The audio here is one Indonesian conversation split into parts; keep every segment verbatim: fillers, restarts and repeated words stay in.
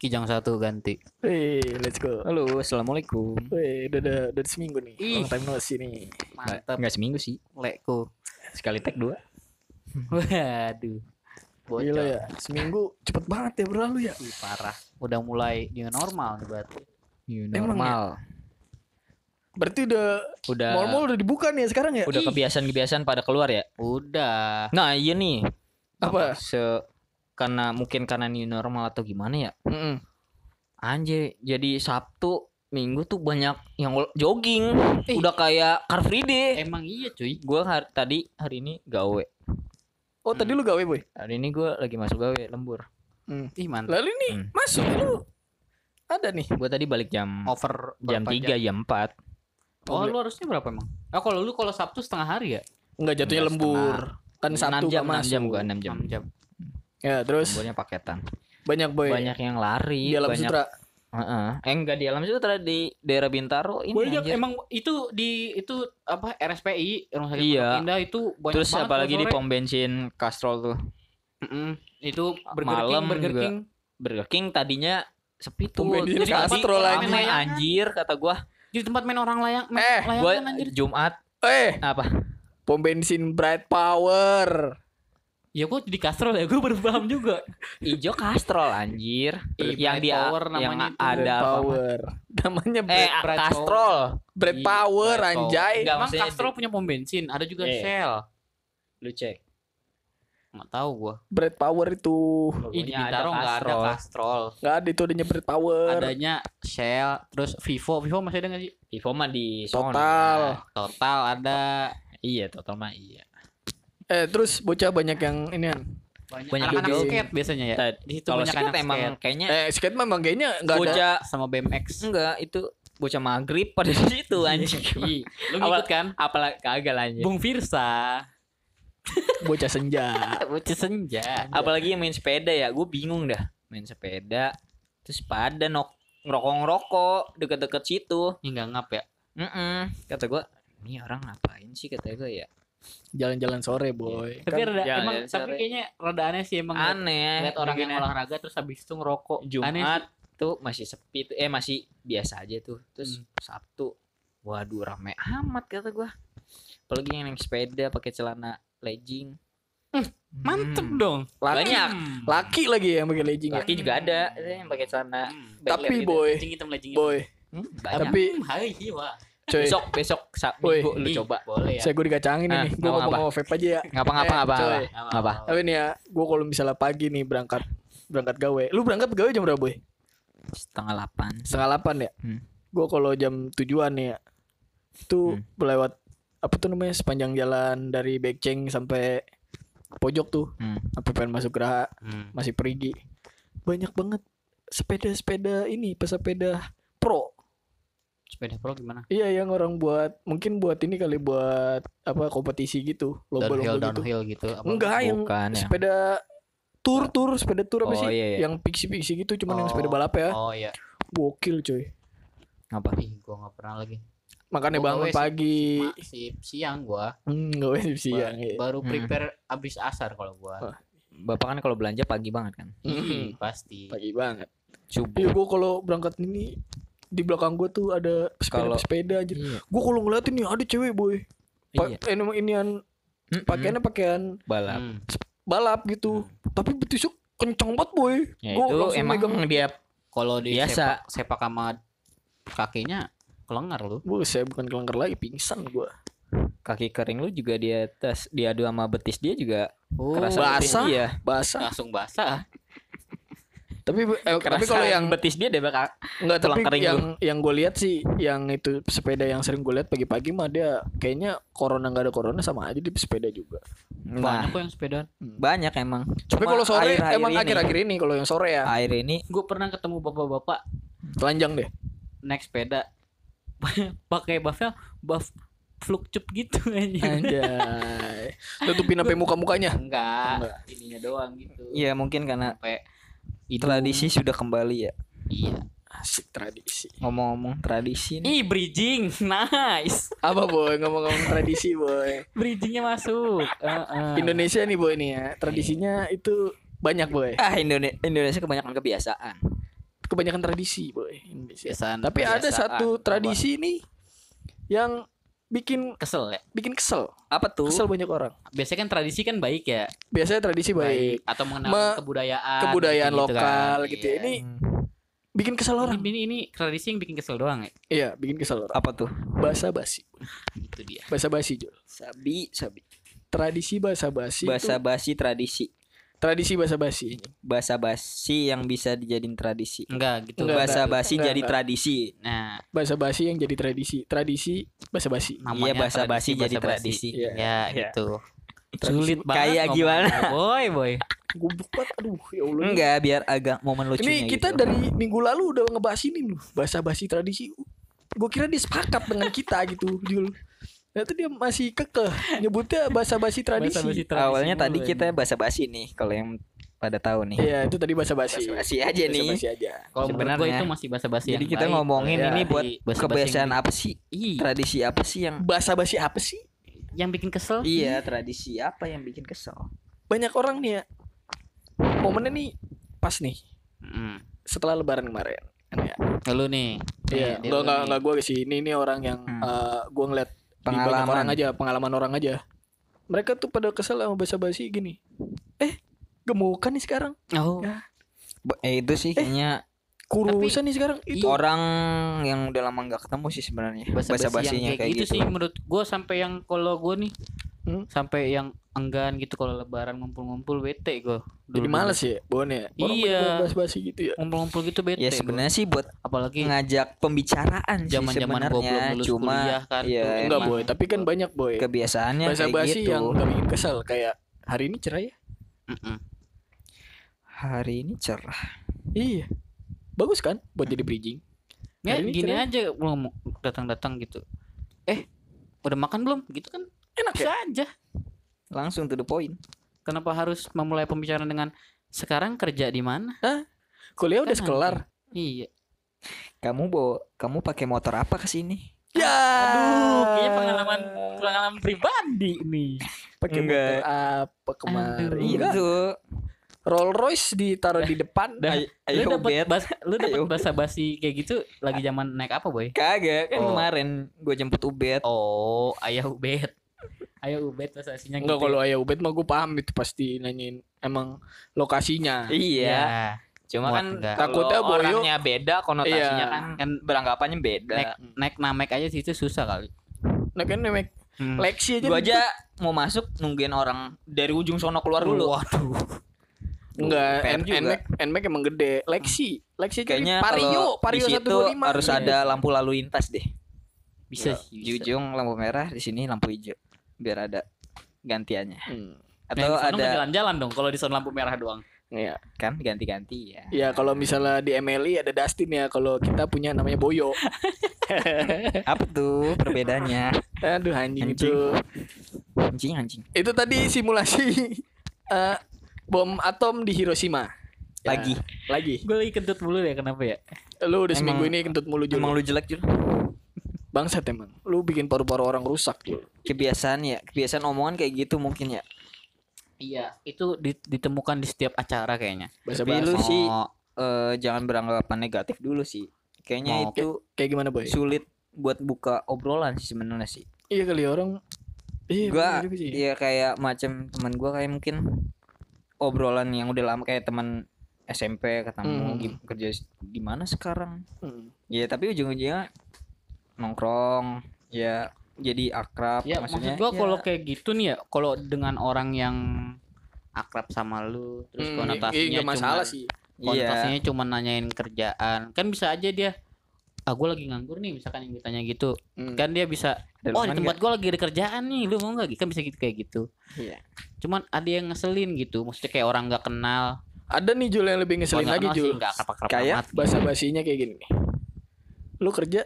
Kijang satu ganti. Wih, let's go. Halo, assalamualaikum. Wih, udah udah udah seminggu nih. Ih. Long time no see nih. Mantap. Enggak seminggu sih. Leko. Sekali tag dua. Waduh. Bocor. Gila ya, seminggu cepet banget ya berlalu ya. Ih, parah. Udah mulai new normal nih berarti. New Emang normal. Berarti udah Udah mall-mall udah dibuka nih ya sekarang ya? udah Ih. kebiasaan-kebiasaan pada keluar ya. Udah. Nah, iya nih. Apa? Se karena mungkin karena new normal atau gimana ya. Mm-mm. Anjir, jadi Sabtu, Minggu tuh banyak yang ol- jogging. Eh. Udah kayak Car Free Day. Emang iya cuy. Gua har- tadi hari ini gawe. Oh, tadi lu gawe, Boy? Hari ini gua lagi masuk gawe lembur. Hmm. Ih mantap. Lalu nih, Hmm. masuk lu. Ada nih. Gua tadi balik jam Over jam berapa tiga, jam empat. Oh, lu harusnya berapa emang? Oh, kalau lu kalau Sabtu setengah hari ya? Enggak jatuhnya Enggak lembur. Kan enam Sabtu jam, gak enam masuk. jam gua enam jam. enam jam. Ya, terus Lemburnya paketan. banyak Boy. Banyak yang lari, Di Alam banyak Sutra. Heeh. Eh enggak di Alam Sutra, di daerah Bintaro ini Banyak anjir. emang itu di itu apa R S P I Rumah Sakit Iya. Pondok Indah itu banyak Terus banget apalagi kalau di sore. pom bensin Castrol tuh. Mm-mm. Itu Burger Malam King, Burger juga. King. Burger King tadinya sepi tuh. Pom bensin Terus Castrol tadi aja. rame anjir kata gua. Di tempat main orang layang, main Eh, layangan Gua anjir. Jumat Eh, apa? pom bensin Bright Power. Ya kok jadi Castrol ya, gue baru paham juga. Ijo Castrol anjir. Ih, yang Bright dia Power yang namanya itu. ada Bright apa? Power. Namanya Eh, Bright, Bright Castrol. Bright Ih, Power Bright anjay. Enggak, Emang maksudnya Castrol di- punya pom bensin, ada juga Eh. Shell. Lu cek. Enggak tahu gua. Bright Power itu Ih, di Logonya Bintaro enggak ada Castrol. Castrol. nggak ada, itu adanya Bright Power. Adanya Shell, terus Vivo, Vivo masih ada enggak sih? Vivo mah di sono. Total. Total ada. Iya, total mah iya. Eh, terus bocah banyak yang ini kan. Banyak, Banyak anak-anak jogging. skate biasanya ya. Tad- Di situ Kalau banyak skate anak emang skate. kayaknya Eh, skate memang kayaknya nggak ada. bocah Sama B M X. enggak itu bocah maghrib pada di situ anjing. Ih, lu ngikut kan? Apalagi kagak lah anjing. Bung Firsa. Bocah senja. Bocah senja. Apalagi yang main sepeda ya, gue bingung dah. Main sepeda terus pada nok ngerokok-ngerokok deket-deket situ. Ini enggak ngap ya. Mm-mm. Kata gue, ini orang ngapain sih kata gue ya. Jalan-jalan sore, Boy. Tapi Kan rada, jalan emang jalan tapi sore. kayaknya rada aneh sih emang liat- Aneh. liat orang yang Mungkin olahraga terus habis itu ngerokok. Aneh sih. Jumat tuh masih sepi tuh. Eh masih biasa aja tuh. Terus Hmm. Sabtu, waduh rame amat kata gue. Apalagi yang naik sepeda pakai celana legging. Mantep Hmm. dong. Laki, Banyak. laki lagi yang pakai legging ya. Laki juga ada yang pakai celana. Hmm. backlit Tapi, gitu. Boy, Legging hitam legging Boy, Hmm, banyak. tapi hitam. Hai jiwa. coy, besok besok sa- Woi. minggu lu Ih, coba. Boleh ya. saya gue dikacangin Ah, ini. Gue ngapa, ngomong ngapa? sama vape aja ya. Ngapa ngapa Eh, ngapa coy. ngapa. Ngapa? Tapi nih ya, gue kalau misalnya pagi nih berangkat berangkat gawe. Lu berangkat gawe jam berapa, Boy? Setengah delapan. Setengah delapan ya. Hmm. Gue kalau jam tujuan nih ya, itu Hmm. melewat apa tuh namanya sepanjang jalan dari Bekceng sampai pojok tuh, Hmm. sampai pengen masuk Geraha, Hmm. masih pergi. Banyak banget sepeda-sepeda ini, pesepeda pro. Sepeda pro gimana? Iya, yang orang buat mungkin buat ini kali buat apa kompetisi gitu, Downhill lomba-lomba gitu. downhill gitu. Apa? Enggak, yang Bukan ya. sepeda tur tur sepeda tur apa Oh, sih? iya, iya. Yang pixie-pixie gitu, cuman yang Oh. sepeda balap ya. Oh iya. Gokil coy. Ngapa? Ih, gua enggak pernah lagi. Makanya Gua bangun gawe pagi. Si, si, siang gua. Hmm, gak wajib siang. Ba- Iya. Baru Hmm. prepare abis asar kalau gua. Oh. Bapak kan kalau belanja pagi banget kan. Ih, Hmm, pasti. pagi banget. Subuh. Iya, gue kalau berangkat ini di belakang gue tuh ada sepeda Kalau- sepeda aja. Iya. Gue kalau ngeliatin nih ada cewek boy. Pa- Iya. eh, emang inian Mm-mm. pakaiannya pakaian balap. Hmm. balap gitu. Tapi betisnya kencang banget boy. Ya Gua itu langsung emang megang. dia Kalau di Biasa. sepak, sepak sama kakinya kelengar lu. Bu, saya bukan kelengker lagi, pingsan gue. kaki kering lu juga di atas diadu sama betis dia juga Oh, kerasa betis basah. dia. Basah. langsung basah. Tapi eh, tapi Kerasa kalau yang betis dia dia bakal enggak, tapi tulang kering yang yang gue lihat sih, yang itu sepeda yang sering gue lihat pagi-pagi mah dia kayaknya corona nggak ada corona sama aja di sepeda juga. Banyak nah, kok yang sepedaan. banyak emang. Tapi Cuma kalau sore akhir-akhir emang ini- akhir-akhir ini kalau yang sore ya akhir ini Gue pernah ketemu bapak-bapak telanjang deh. naik sepeda pakai buffnya buff flukcup gitu aja. Anjay. Tutupin sampai muka-mukanya. Enggak, Enggak. ininya doang gitu. ya mungkin karena Sampai hidung. tradisi sudah kembali ya. Iya. Asik tradisi. Ngomong-ngomong tradisi nih. Ih, bridging. Nice. Apa boy, ngomong-ngomong tradisi boy. Bridgingnya masuk. Heeh. Indonesia nih boy nih ya. Tradisinya itu banyak boy. Ah Indonesia Indonesia kebanyakan kebiasaan. kebanyakan tradisi, boy. Indonesia. Kebiasaan. Tapi ada kebiasaan, satu tradisi nih yang bikin Kesel ya. bikin kesel. Apa tuh? Kesel banyak orang. Biasanya kan tradisi kan baik ya. Biasanya tradisi baik, Atau mengenal Me- kebudayaan. kebudayaan gitu-gitu lokal kan. gitu. Iya. Ini bikin kesel orang. Ini, ini ini tradisi yang bikin kesel doang ya. Iya, bikin kesel orang. Apa tuh? Basa basi. Itu dia. Basa basi, Jul. Sabi, sabi. Tradisi basa basi. Bahasa basi tradisi. Tradisi basa basi. Bahasa basi yang bisa dijadiin tradisi. Enggak gitu. Enggak, Bahasa enggak. basi Enggak, jadi enggak. tradisi. Nah, Basa basi yang jadi tradisi. Tradisi basa basi. namanya Iya, bahasa basi tradisi jadi basa-basi. tradisi. Iya. Ya, Iya. gitu. Tradisi Sulit banget. kayak ngomongnya, gimana? Boy, boy. Goblok banget. Aduh, ya Allah. Enggak, biar agak momen lucunya Ini kita gitu. dari minggu lalu udah ngebahas ini loh, basa basi tradisi. Gue kira dia sepakat dengan kita gitu, Jul. Ternyata dia masih kekeh nyebutnya basa basi tradisi. Basa-basi tradisi Awalnya mulu tadi ini. kita basa-basi nih, kalau yang pada tahu nih. Iya, itu tadi basa basi. Basa-basi aja nih. Basa basi aja. Kalau menurut gue sebenarnya. itu masih basa-basi Jadi yang kita baik. ngomongin Ya, ini buat basa-basi kebiasaan yang apa sih? Iya, Tradisi apa sih yang Basa basi apa sih? yang bikin kesel. Iya, tradisi apa yang bikin kesel? Banyak orang nih ya. Momennya nih pas nih Mm. setelah lebaran kemarin. Kan ya. Lu nih. Iya, Nih, enggak lu enggak nih. enggak gue sih. Ini ini orang yang Hmm. eh, gue ngeliat di banyak Pengalaman. orang aja, pengalaman orang aja. Mereka tuh pada kesel sama basa basi gini. Eh, gemukan nih sekarang. Oh. Ya. Ba- Eh, itu sih kayaknya Kurusan nih sekarang itu. orang yang udah lama nggak ketemu sih sebenarnya. Basa-basi yang Basa-basinya kayak, gitu, sih menurut gue, sampai yang kalau gue nih Hmm? sampai yang enggan gitu kalau lebaran ngumpul-ngumpul bete gue. Jadi males ya, Bon ya. Orang Iya. banyak basa-basi gitu ya. Ngumpul-ngumpul gitu bete. Ya gua. sebenarnya sih buat apalagi ngajak pembicaraan sih zaman-zaman gua belum sebenarnya. lulus Cuma kuliah kan. ya tuh. Enggak, emang Boy, tapi kan banyak, Boy. kebiasaannya kayak Basa-basi gitu. yang gak bikin kesel kayak hari ini cerah ya. Mm-mm. Hari ini cerah. Iya. Bagus kan buat jadi bridging. Ya Hari ini gini cerah. aja belum datang-datang gitu. Eh, udah makan belum? Gitu kan Enak ya? bisa aja. Langsung to the point. Kenapa harus memulai pembicaraan dengan sekarang kerja di mana? Kuliah udah Kan sekelar. Iya. Kamu bawa kamu pakai motor apa ke sini? Ya. Aduh, kayaknya pengalaman pengalaman pribadi nih. Pakai Enggak. motor apa kemarin? Aduh. Enggak. Itu Rolls Royce ditaruh di depan. Dah, Ay- lu ayo dapat bet. bas, lu dapat Ayo. basa-basi kayak gitu lagi zaman naik apa, Boy? Kagak kan Oh. kemarin gue jemput Ubed. Oh, ayah Ubed. Ayah Ubed basa-basinya Enggak, gitu. kalau ayah Ubed mah gue paham itu pasti nanyain emang lokasinya. Iya. Ya. Cuma Muat kan enggak. kalau Takutnya Boyo- orangnya beda konotasinya Iya. kan kan beranggapannya beda. Naik naik namek aja sih itu susah kali. Nah kan naik Hmm. Lexi aja. Gua aja mau masuk nungguin orang dari ujung sono keluar dulu. Waduh. Enggak, P R N- juga. Nmax Nmax emang gede. Lexi, Lexi aja Kayaknya Vario, kalau di Vario situ seratus dua puluh lima. harus ada lampu lalu lintas deh. Bisa Ya, sih. Di bisa. ujung lampu merah, di sini lampu hijau. Biar ada gantiannya. Hmm. Nah, Atau di sono mah ada jalan-jalan dong kalau di sono lampu merah doang. Iya. kan ganti-ganti ya. Ya kalau misalnya di M L I ada Dustin ya, kalau kita punya namanya Boyo. Apa tuh perbedaannya? Aduh anjing, Anjing. itu. Anjing anjing. Itu tadi simulasi eh, bom atom di Hiroshima. Ya, Lagi. Lagi. Gue lagi kentut mulu ya, kenapa ya? Lu udah seminggu Emang- ini kentut mulu juga. Emang lu jelek Jul. Bangsat emang. Lu bikin paru-paru orang rusak Jul. Kebiasaan ya, kebiasaan omongan kayak gitu mungkin ya. Iya, itu di- ditemukan di setiap acara kayaknya. Tapi lu Basa-basi. sih Oh, eh, jangan beranggapan negatif dulu sih. Kayaknya Mau itu Kayak gimana boy? sulit buat buka obrolan sih sebenarnya sih. Iya kali orang. Iya. Gua bener juga sih. ya kayak macam teman gua kayak mungkin obrolan yang udah lama kayak teman S M P ketemu Hmm. gi- kerja s- di mana sekarang. Hmm. Ya tapi ujung-ujungnya nongkrong ya jadi akrab ya maksudnya. maksud gua ya, kalau kayak gitu nih ya, kalau dengan orang yang akrab sama lu, terus Hmm, konotasinya iya, nggak masalah cuma sih. iya. konotasinya cuma nanyain kerjaan, kan bisa aja dia, ah gue lagi nganggur nih, misalkan yang ditanya gitu, Hmm. kan dia bisa, Ada oh di lowongan tempat gue lagi ada kerjaan nih, lu mau nggak? Kan bisa gitu kayak gitu. Iya. Cuman ada yang ngeselin gitu, maksudnya kayak orang nggak kenal. Ada nih Jul yang lebih Kalau ngeselin nggak lagi kenal sih Jul. nggak akrab-akrab Kayak amat. Bahasa basinya kayak gini nih. Lu kerja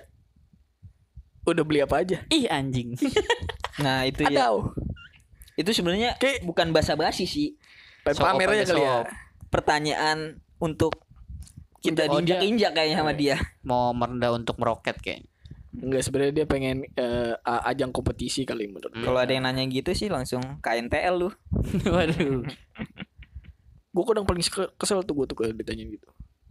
udah beli apa aja? Ih anjing. Nah, itu ya. Atau Itu sebenarnya Kayak- bukan basa-basi sih. pamer Show pamer off aja aja, kali show ya. off. Pertanyaan untuk kita Oh, dia- diinjak-injak kayaknya sama dia. Mau merendah untuk meroket kayaknya. Enggak, sebenarnya dia pengen eh, a- ajang kompetisi kali menurut. Hmm. Kalau ada yang nanya gitu sih langsung K N T L lu. Waduh. Gue kadang paling ke- kesel tuh gue tuh kalau ditanya gitu.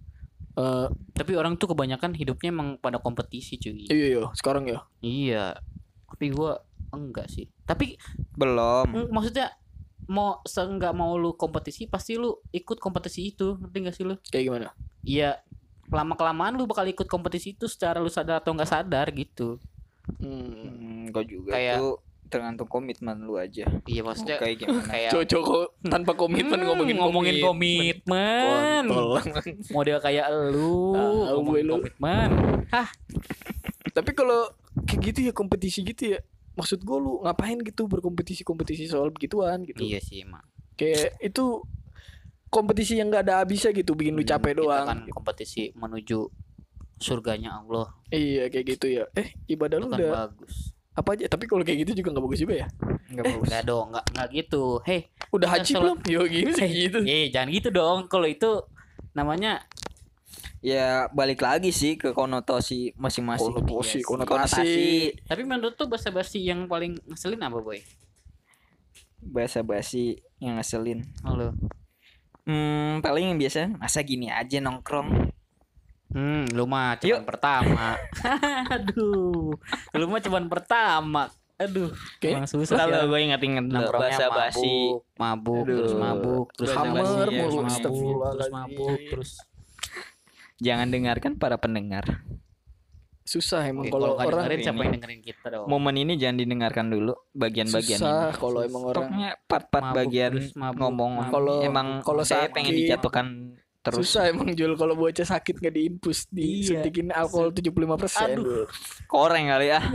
Eh, Tapi orang tuh kebanyakan hidupnya emang pada kompetisi cuy. iya iya sekarang ya. Iya. Tapi gua enggak sih. Tapi Belum. mm, maksudnya mau seenggak mau lu kompetisi pasti lu ikut kompetisi itu, ngerti gak sih lu? Kayak gimana? Iya, lama kelamaan lu bakal ikut kompetisi itu secara lu sadar atau nggak sadar gitu. Hmm. Hmm, kau juga Kayak- tuh tergantung komitmen lu aja. Iya maksudnya Kayak gimana? kayak Cocok kok tanpa komitmen Hmm, ngomongin ngomongin komitmen. Kontol. Model kayak lu Tahu gue ngomongin lu. komitmen. Hah, Tapi kalau kayak gitu ya kompetisi gitu ya. Maksud gue lu ngapain gitu berkompetisi-kompetisi soal begituan gitu. iya sih emang. Kayak itu kompetisi yang gak ada habisnya gitu, bikin lu Hmm, capek kita doang. kan kompetisi menuju surganya Allah. Iya kayak gitu ya. Eh ibadah Itu lu kan udah bagus. apa aja? Tapi kalau kayak gitu juga nggak bagus juga ya. Enggak bagus. Enggak dong, enggak enggak gitu. Hei, Udah Kita haji sholat- belum? Yo gini sih eh, gitu. eh jangan gitu dong. Kalau itu namanya Ya balik lagi sih ke konotasi masing-masing. Konotasi, Iya sih. konotasi. tapi menurut tuh bahasa basi yang paling ngeselin apa, Boy? Bahasa basi yang ngeselin. Halo. Hmm, paling yang biasa masa gini aja nongkrong. Hmm, lu mah cuman pertama. Aduh. Lu mah cuman pertama. Aduh, Oke. emang susah Kalau ya. gue inget-inget Nongkrongnya bahasa basi. mabuk, mabuk, Aduh. terus mabuk, terus Bahasa mabuk, basi, terus ya, mabuk, astagfirullahaladzim. terus mabuk, terus Jangan dengarkan para pendengar. Susah emang Oke, kalau kalau nggak orang dengerin ini. siapa yang dengerin kita dong? Momen ini jangan didengarkan dulu bagian-bagian susah ini. kalau emang orang Pokoknya part-part Mabuk, bagian terus mabuk, ngomong mabuk. Kalau- emang kalau saya sakit, pengen dijatuhkan terus. susah emang Jul kalau bocah sakit nggak diinfus Iya. disuntikin alkohol tujuh puluh lima persen. Aduh. Koreng kali ya.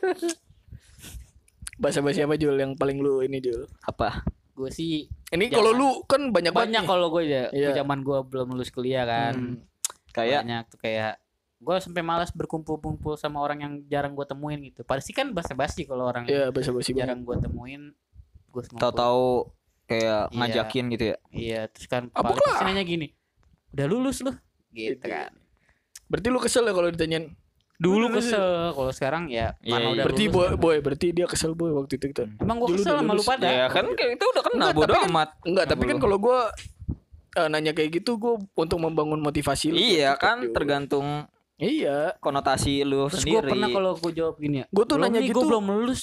Bahasa basi apa Jul yang paling lu ini Jul? Apa? Gue sih Ini Jangan. kalau lu kan banyak banyak banget. kalau gue ya, Iya. zaman gue belum lulus kuliah kan, Hmm. Kayak banyak tuh kayak gue sampai malas berkumpul-kumpul sama orang yang jarang gue temuin gitu. Pasti kan basa-basi kalau orang yang Iya bahasa basi banget. jarang gue temuin, gue tahu-tahu kayak Iya. ngajakin gitu ya. Iya, terus kan Apa paling lah? pasti nanya gini, udah lulus lu? Gitu Gitu. kan. Berarti lu kesel ya kalau ditanyain. Dulu Udah lulus kesel, kalau sekarang ya Iya, karena iya. udah Berarti lulus. boy, boy, berarti dia kesel boy waktu itu kita. Emang gue Dulu kesel udah sama lu lulus. pada. Ya kan kayak itu udah kenal Enggak, bodo tapi kan- amat. Enggak, tapi kan Lu. kalau gua eh, nanya kayak gitu gua untuk membangun motivasi lu. Iya Tetep, kan Jul. tergantung Iya. konotasi lu Terus gue sendiri. pernah kalau gue jawab gini ya, Gua tuh belum nanya nih, gitu. gue belum lulus.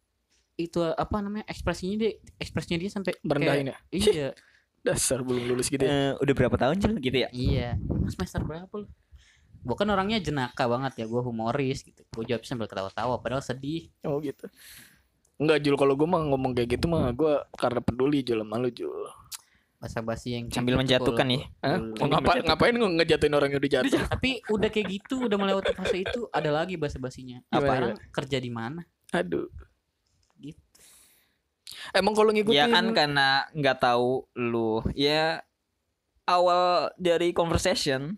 Itu apa namanya ekspresinya dia, ekspresinya dia sampai Merendahin ya. kayak, Iya, Dasar belum lulus gitu ya. Eh, udah berapa tahun Jul gitu ya? iya. Semester berapa lu? Gue kan orangnya jenaka banget ya, gue humoris gitu. Gue jawab sambil ketawa-tawa, padahal sedih. Oh gitu. Enggak Jul, kalau gua mah ngomong kayak gitu mah gua karena peduli Jul sama lu Jul. Basa-basi yang Sambil kayak gitu menjatuhkan kalau nih. gua- Hah? Dulu. Mau ngapa, ngapain nge- ngejatuhin orang yang udah jatuh? Tapi udah kayak gitu, udah melewati fase itu, ada lagi basa-basinya. Gimana, Sekarang kerja di mana? Aduh. Gitu. Emang kalau ngikutin Ya kan karena nggak tahu lu. Ya awal dari conversation.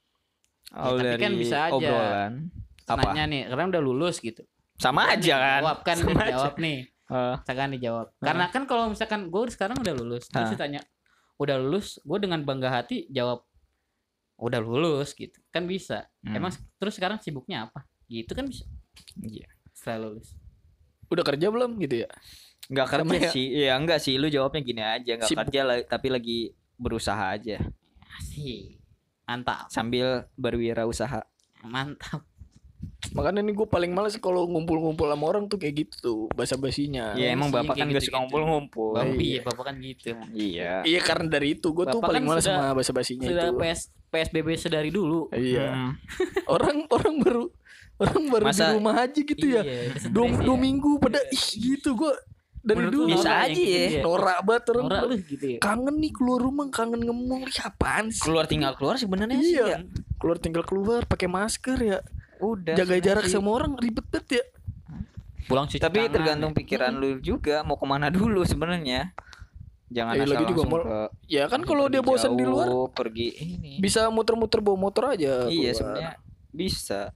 Awal tapi dari kan bisa aja. obrolan. Apa? Nanya nih, karena udah lulus gitu. Sama aja kan. Jawab kan, Sama aja. jawab nih. Eh, Misalkan dijawab. Karena kan kalau misalkan gue sekarang udah lulus, terus Hah. ditanya, udah lulus, gue dengan bangga hati jawab, udah lulus gitu. Kan bisa. Hmm. Emang terus sekarang sibuknya apa? Gitu kan bisa. Iya. Setelah lulus. udah kerja belum gitu ya? Nggak kerja Sama ya. sih. Iya enggak sih. Lu jawabnya gini aja. Nggak Sibuk. kerja lah, tapi lagi berusaha aja. Asik. Mantap. Sambil berwirausaha. Mantap. Makanya nih gue paling males kalau ngumpul-ngumpul sama orang tuh kayak gitu tuh bahasa basinya. Ya Iya emang sih, bapak kayak kan gak gitu-gitu. suka ngumpul-ngumpul. Bapak, iya. iya, bapak kan gitu. emang. Iya. Iya karena dari itu gue tuh Bapak paling kan males sudah- sama bahasa basinya Sudah itu. P S P S B B sedari dulu. Iya. Hmm. Orang orang baru orang baru Masa- di rumah aja gitu ya. Iya, Dua, stres dua ya. minggu pada ih gitu gue dari Menurut dulu lu Bisa norak aja yang gitu ya. norak banget orang. Norak lu gitu ya. Kangen nih keluar rumah, kangen ngomong ih apaan sih? Keluar tinggal keluar sebenarnya sih Iya. ya. Keluar tinggal keluar pakai masker ya. Udah. Jaga sebenarnya jarak sih. sama orang ribet banget ya. Pulang cuci Tapi tangan, tergantung ya. pikiran lu juga mau kemana dulu sebenarnya. Jangan Eh, asal lagi juga langsung mau- ke Ya kan kalau pergi dia bosan di jauh, luar pergi ini. bisa muter-muter bawa motor aja. Iya keluar. sebenarnya bisa.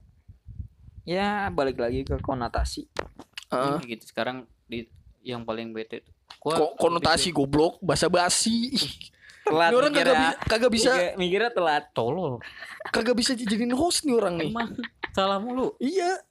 Ya balik lagi ke konotasi. Heeh. Kayak gitu sekarang di yang paling bete itu. Gua Ko- konotasi goblok, basa basi. Telat Ini orang kagak, mikirnya. bi- kagak bisa Mikir- mikirnya telat. tolol. kagak bisa dijadiin host nih orang nih. Emang salah mulu. Iya.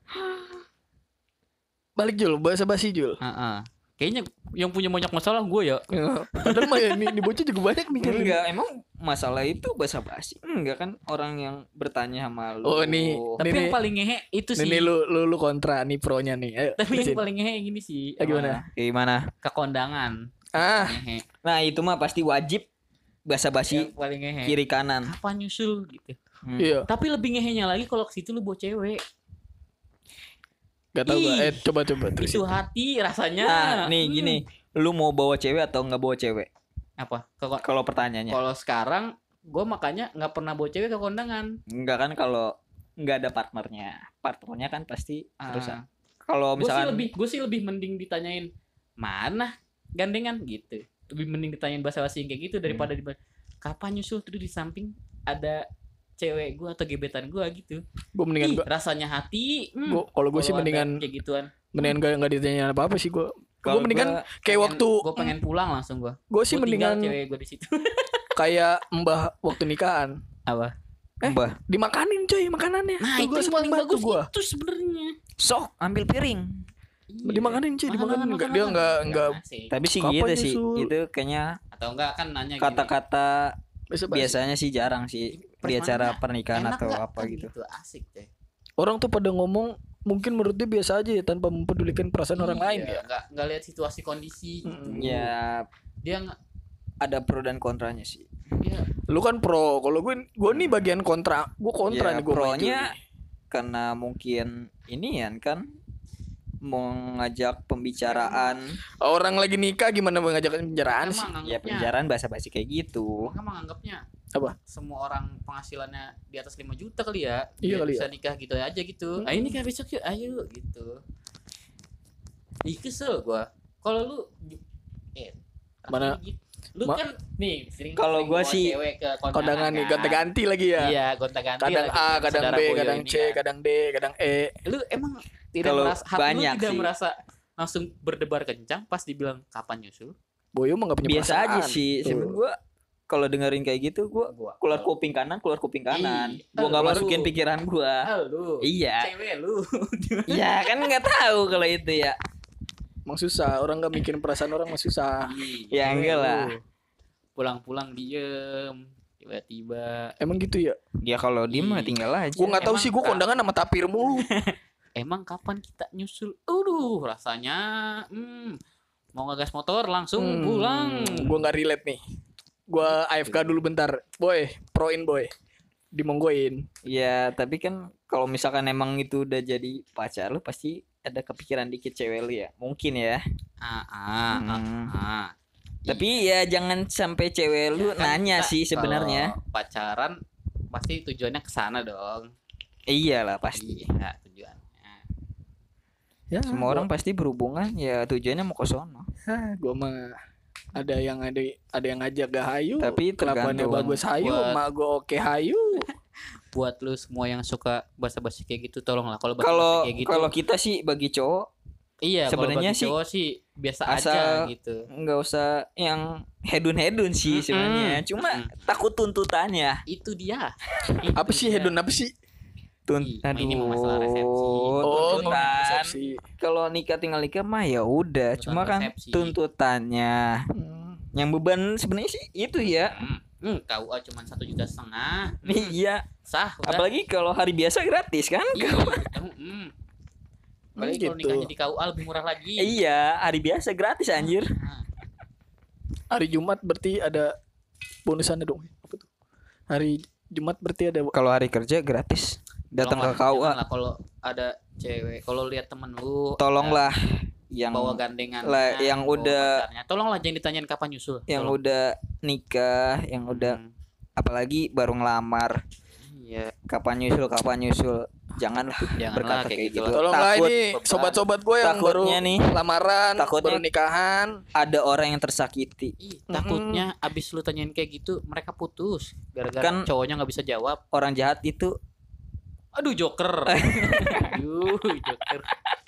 Balik Jul, bahasa basi Jul. Heeh. Kayaknya yang punya banyak masalah gue ya. Ya, padahal mah ya, nih, nih bocah juga banyak nih. Enggak, emang masalah itu basa-basi. Enggak kan orang yang bertanya sama lu. Oh, nih. Tapi Ini- yang paling ngehe itu Nih, sih. nih lu, lu lu kontra nih pronya nih. Ayo. Tapi yang terusin. paling ngehe gini sih. Ah, gimana? Nah, kayak gimana? Ke kondangan. Ah, Ngehe. Nah, itu mah pasti wajib basa-basi Yang paling ngehe. kiri kanan. Apa nyusul gitu. Hmm. iya. Tapi lebih ngehenya lagi kalau ke situ lu bawa cewek. Gak tau gua. Ih. Eh coba coba Itu terusin. hati rasanya. Nah, nih Hmm. gini, lu mau bawa cewek atau nggak bawa cewek? Apa? Ke- Kalau pertanyaannya. Kalau sekarang gue makanya nggak pernah bawa cewek ke kondangan. Enggak kan kalau nggak ada partnernya. Partnernya kan pasti harus. Ah. Kalau Gue sih misalkan lebih gue sih lebih mending ditanyain mana gandengan gitu. Lebih mending ditanyain basa-basi kayak gitu daripada Hmm. di kapan nyusul terus di samping ada cewek gue atau gebetan gue gitu. Gue mendingan Ih, gua, rasanya hati. Hmm. gua kalau gue sih Kalau ada mendingan kayak gituan. mendingan gak nggak ditanya apa apa sih gue. Gue kalau mendingan gua- kayak waktu gue pengen pulang langsung gue. gue sih mendingan cewek gue di situ. kayak mbah waktu nikahan. Apa? Eh, Mbah, Dimakanin coy makanannya. Nah, Tuh itu gua yang seneng paling banget bagus tuh gua. itu sebenarnya. sok ambil piring. Iya. Dimakanin cuy, Makan, dimakanin makan, enggak makan, dia makan. enggak enggak asik. Tapi sih Kapan gitu sih. nyusul? Itu kayaknya Atau enggak kan nanya gini. kata-kata biasa-biasa. biasanya sih jarang sih di Prasmanan acara nggak? pernikahan Enak atau nggak? apa Kan gitu. Asik deh. Orang tuh pada ngomong mungkin menurut dia biasa aja ya tanpa mempedulikan perasaan orang lain ya. Enggak enggak lihat situasi kondisi. Mm. gitu. Ya Dia enggak ada pro dan kontranya sih. dia Lu kan pro, kalau gue gue nih bagian kontra. Gue kontra Ya, nih gue pronya karena mungkin ini ya kan mau ngajak pembicaraan. orang lagi nikah gimana mau ngajak pembicaraan sih? emang Ya anggapnya pembicaraan basa-basi kayak gitu. emang anggapnya Apa? semua orang penghasilannya di atas lima juta kali ya. Iya Dia kali bisa ya. nikah gitu aja gitu. Mm-mm. Ayo nikah besok yuk, ayo gitu. Ih kesel gua. Kalau lu eh Mana- rasanya gitu. Lu Ma- kan nih sering Kalau sering gua bawa sih cewek ke kondangan, Kondangan nih kan. ganti-ganti lagi ya. Iya, gonta-ganti Kadang lagi A, dengan kadang saudara B, Boyo kadang ini C, kan. kadang D, kadang E. Lu emang tidak Kalau merasa hati lu banyak tidak sih. merasa langsung berdebar kencang pas dibilang kapan nyusul? Boyo mah gak punya Biasa perasaan. aja sih. Tuh. Sebenarnya gua kalau dengerin kayak gitu gua Gua keluar kuping kanan, keluar kuping kanan. Ih, Gua nggak lu. masukin pikiran gua. Ah, lu. Iya. Cewek lu. Ya kan nggak tahu kalau itu ya. Emang susah, orang gak mikirin perasaan orang mah susah. Ya, Cewek enggak lu. lah. Pulang-pulang diem, tiba-tiba. Emang gitu ya? Ya kalau dia mah Ih. tinggal aja. Gue nggak tahu Emang sih, gue Kak. kondangan sama tapir mulu. Emang kapan kita nyusul? Aduh, rasanya hmm, mau ngegas motor langsung pulang. Gue nggak relate nih. Gue A F K dulu bentar, boy, proin boy, dimonggoin. Ya tapi kan kalau misalkan emang itu udah jadi pacar lu pasti ada kepikiran dikit cewek lu ya. Mungkin ya. Ah, ah, Hmm. ah, ah. Tapi ya jangan sampai cewek lu Kan nanya kita sih sebenarnya. kalau pacaran pasti tujuannya ke sana dong. Iyalah pasti. Iya, tujuannya. Ya, Semua orang pasti berhubungan ya tujuannya mau ke sono. gue mah ada yang ada ada yang ngajak gak hayu. Tapi kelakuannya tergantung bagus hayu, buat- mak gue oke hayu. Buat lu semua yang suka basa-basi kayak gitu tolonglah kalau Kalau basa-basi kayak gitu. kalau kita sih bagi cowok iya, sebenarnya sebenarnya sih cowok sih biasa asal aja gitu. nggak usah yang hedun-hedun sih Mm-mm. sebenarnya. Cuma Mm-mm. takut tuntutannya. Itu dia. Apa sih hedon apa sih? Tun Ih, aduh. ini mah masalah resepsi. Oh, mau tuntutan. resepsi. Kalau nikah tinggal nikah mah ya udah. Tuntutan Cuma kan resepsi. tuntutannya. Hmm. Yang beban sebenarnya sih itu ya. Hmm, hmm, K U A cuma satu juta setengah. Hmm, Iya. sah. Udah. Apalagi kalau hari biasa gratis kan? Iya, hmm. Apalagi gitu. kalau nikahnya di K U A lebih murah lagi. Iya, hari biasa gratis anjir. Nah, Hari Jumat berarti ada bonusannya dong. Apa tuh? Hari Jumat berarti ada. Kalau hari kerja gratis. Datang ke tolonglah, K U A. janganlah kalau ada cewek, kalau lihat temen lu Tolonglah yang bawa gandengan lah, yang udah- tolonglah jangan ditanyain kapan nyusul. yang Tolong. udah nikah, yang udah Hmm, apalagi baru ngelamar, iya, kapan nyusul, kapan nyusul. Janganlah janganlah berkata kayak kayak gitu. gitu. Tolonglah Takut ini beban. sobat-sobat gue yang baru Takutnya nih, lamaran, takutnya- baru nikahan. ada orang yang tersakiti. Ih, takutnya abis lu tanyain kayak gitu mereka putus gara-gara Kan- cowoknya nggak bisa jawab. Orang jahat itu Aduh joker. Aduh joker.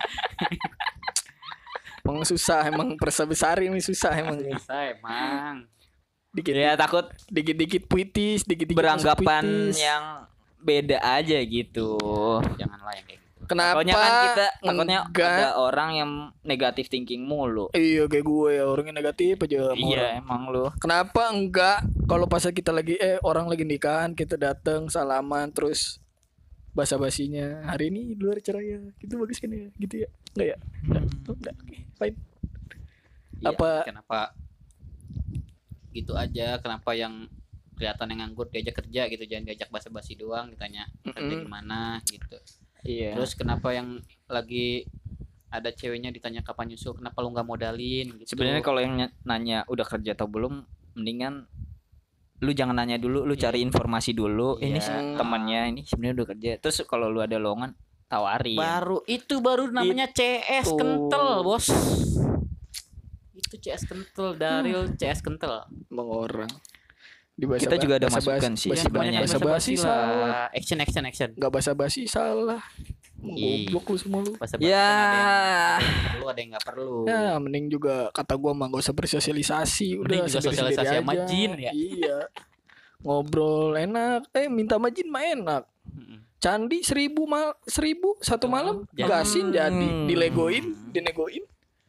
Emang susah, emang persa besar ini susah emang. Bisa emang. Dikit, ya takut dikit-dikit puitis, dikit-dikit beranggapan masuk puitis. yang beda aja gitu. Janganlah yang kayak gitu. Kenapa? Takutnya kan kita takutnya enggak? ada orang yang negatif thinking mulu. Iya kayak gue ya orangnya negatif aja. sama orang. Iya emang lu. Kenapa enggak? Kalau pas kita lagi eh orang lagi nikahan kita datang salaman terus basa-basinya hari ini di luar cerai ya. Gitu bagus kan ya? Gitu ya? Enggak ya? Enggak. Oh, enggak. Oke, fine. Iya, Apa kenapa gitu aja, kenapa yang kelihatan yang nganggur diajak kerja gitu, jangan diajak basa-basi doang, ditanya kerja Mm-mm. gimana gitu. Iya. Terus kenapa yang lagi ada ceweknya ditanya kapan nyusul, kenapa lu nggak modalin gitu. Sebenarnya kalau yang ny- nanya udah kerja atau belum, mendingan lu jangan nanya dulu, lu cari informasi dulu. Ini Iya. sih temannya ini sebenarnya udah kerja. Terus kalau lu ada lowongan tawarin. baru itu baru namanya C S Itu. kental, Bos. Itu C S kental, Daril C S kental. emang orang di bahasa Kita juga ada masukan sih basi, sebenarnya. bahasa basi salah. Action action action. Enggak basa-basi salah. Emang Ih. Goblok lu semua lu. Basa-basi Ya. kan ada yang perlu, ada yang nggak perlu. Ya mending juga kata gua mah gak usah bersosialisasi. Udah Mending juga sendiri-sendiri sosialisasi sama aja. jin ya. Iya. Ngobrol enak. Eh minta sama jin mah enak. Mm-mm. Candi seribu mal seribu satu Oh, malam jadi. gasin jadi Hmm. dilegoin dinegoin.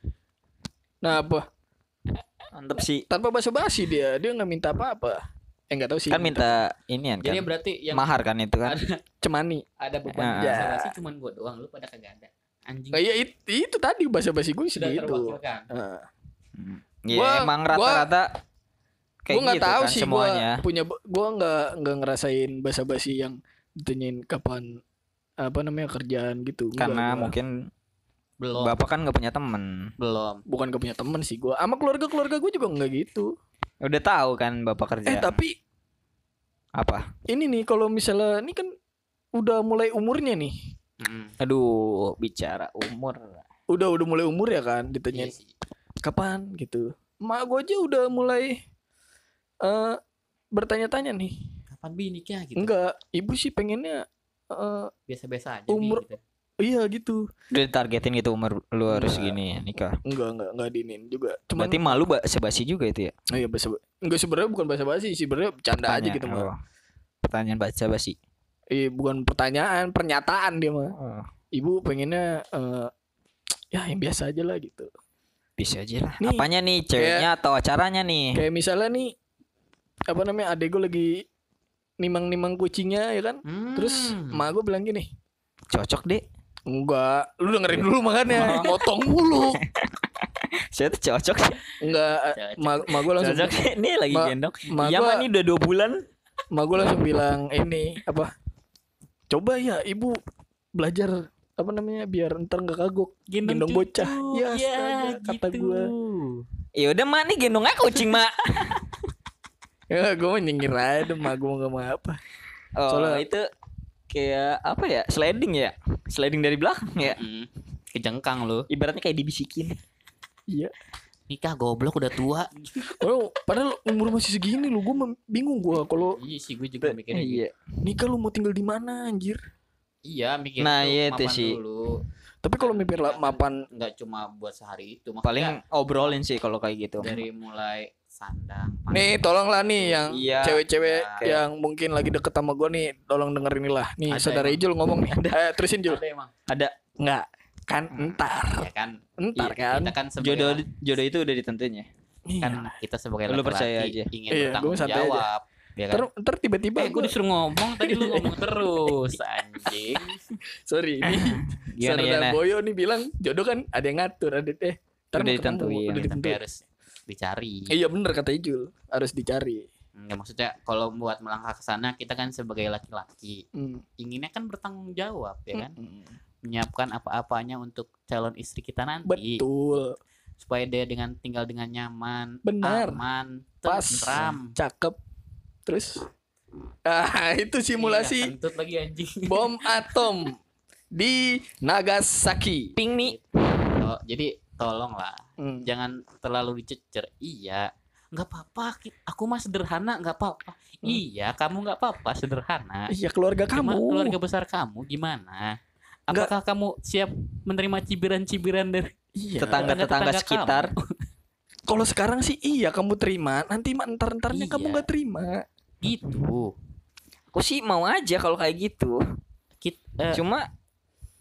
Nah apa Mantep sih. tanpa basa-basi dia dia nggak minta apa-apa. Eh nggak tahu sih. Kan minta inian kan. Jadi berarti yang Mahar kan itu kan. ada cemani. ada beban Ah. basa-basi cuman gua doang, lu pada kagak ada. Anjing. Nah, iya itu, itu tadi basa-basi gue Sudah segitu. terwakilkan. Nah, Iya Gua- emang gua- rata-rata kayak gue nggak gitu tahu kan sih semuanya. gue punya gue nggak nggak ngerasain basa-basi yang ditanyain kapan apa namanya kerjaan gitu. Nggak, Karena gua. mungkin Belum. bapak kan nggak punya temen. Belum. bukan gak punya temen sih gue. Sama keluarga keluarga gue juga nggak gitu. Udah tahu kan bapak kerja. Eh tapi Apa? ini nih kalau misalnya ini kan udah mulai umurnya nih. Mm. Aduh, bicara umur. Udah udah mulai umur ya kan Iya ditanyain sih. kapan gitu. Mak gue aja udah mulai eh bertanya-tanya nih. Kapan bi nikah gitu. Enggak, ibu sih pengennya eh Biasa-biasa aja Umur- bi, gitu. iya gitu. Udah targetin gitu umur lu harus Enggak. gini ya nikah. Enggak enggak enggak dinin juga. Cuman Berarti malu basa-basi juga itu ya? oh iya bahasa enggak sebenarnya bukan bahasa basi sih, sebenarnya bercanda aja Tanya, gitu mah. oh. Pertanyaan basa-basi. Iya, bukan pertanyaan, pernyataan dia mah. Oh, Ibu pengennya eh ya yang biasa aja lah gitu. bisa aja lah. Nih, Apanya nih, ceweknya atau acaranya nih? Kayak misalnya nih apa namanya adek gue lagi nimang-nimang kucingnya ya kan. Hmm. Terus emak gue bilang gini, Cocok deh. enggak, lu dengerin dulu makanya motong mulu. Saya tuh cocok. Enggak, Cocok. emak emak gue langsung Cocok. Ini lagi Ma- gendong. ma Iya gua- mah ini udah dua bulan. emak gue langsung bilang ini apa? Coba ya ibu belajar apa namanya biar ntar nggak kagok gendong cucu. bocah. Ya, Ya, astaga, kata gitu. gua. Ya udah mah nih gendong aja kucing mak. Ya gue mau nyengir aja emak gue nggak mau apa. Oh, Soalnya- itu kayak apa ya? Sliding ya? Sliding dari belakang ya? Mm. Kejengkang lu. Ibaratnya kayak dibisikin. Iya. Nikah goblok udah tua. Oh, padahal umur masih segini lu, gue bingung gue kalau Iya sih gue juga mikirnya gitu. Iya. nikah lu mau tinggal di mana anjir. Iya mikir Nah, tuh, iya itu mapan sih. dulu. Tapi kalau mimpi la- mapan Nggak cuma buat sehari itu. Maksudnya Paling obrolin sih kalau kayak gitu. dari mulai sandang. nih tolonglah nih yang Iya. cewek-cewek Iya. yang mungkin lagi deket sama gue nih, tolong dengerin nih lah. Nih Ada saudara emang. Ijul ngomong nih. Eh, terusin Jul. Ada emang. Ada Enggak. Kan Hmm. entar. Ya kan. Entar Iya, kan. Kita kan sebagai jodoh laki- jodoh itu udah ditentuin ya. kan Iya. kita sebagai Lu laki-laki percaya aja. ingin Iya, bertanggung gua santai aja. jawab. Ya kan? Ntar, ntar tiba-tiba Eh gue gua- disuruh ngomong tadi lu ngomong terus anjing. sorry ini Gimana saudara gimana? Boyo nih bilang jodoh kan ada yang ngatur ada eh ntar Udah mau ketemu, ditentuin. udah Tapi ditentuin. harus dicari. Iya bener kata Ijul harus dicari. Ya maksudnya kalau buat melangkah ke sana kita kan sebagai laki-laki Hmm. inginnya kan bertanggung jawab ya kan, Mm-mm. menyiapkan apa-apanya untuk calon istri kita nanti Betul, supaya dia dengan tinggal dengan nyaman, Benar. aman, pas, tentram. cakep, terus ah itu simulasi Iya, kentut lagi anjing. bom atom di Nagasaki. Ping nih. Oh, jadi tolonglah Hmm. jangan terlalu dicecer. Iya, nggak apa-apa. ki- Aku mah sederhana, nggak apa-apa. Iya, kamu nggak apa-apa sederhana. Iya keluarga Cuma kamu. keluarga besar kamu gimana? Apakah kamu siap menerima cibiran-cibiran dari Iya. Tetangga-tetangga tetangga sekitar. Kalau sekarang sih iya kamu terima, nanti mah entar-entarnya Iya. kamu nggak terima. gitu? Aku sih mau aja kalau kayak gitu. Kit, eh, Cuma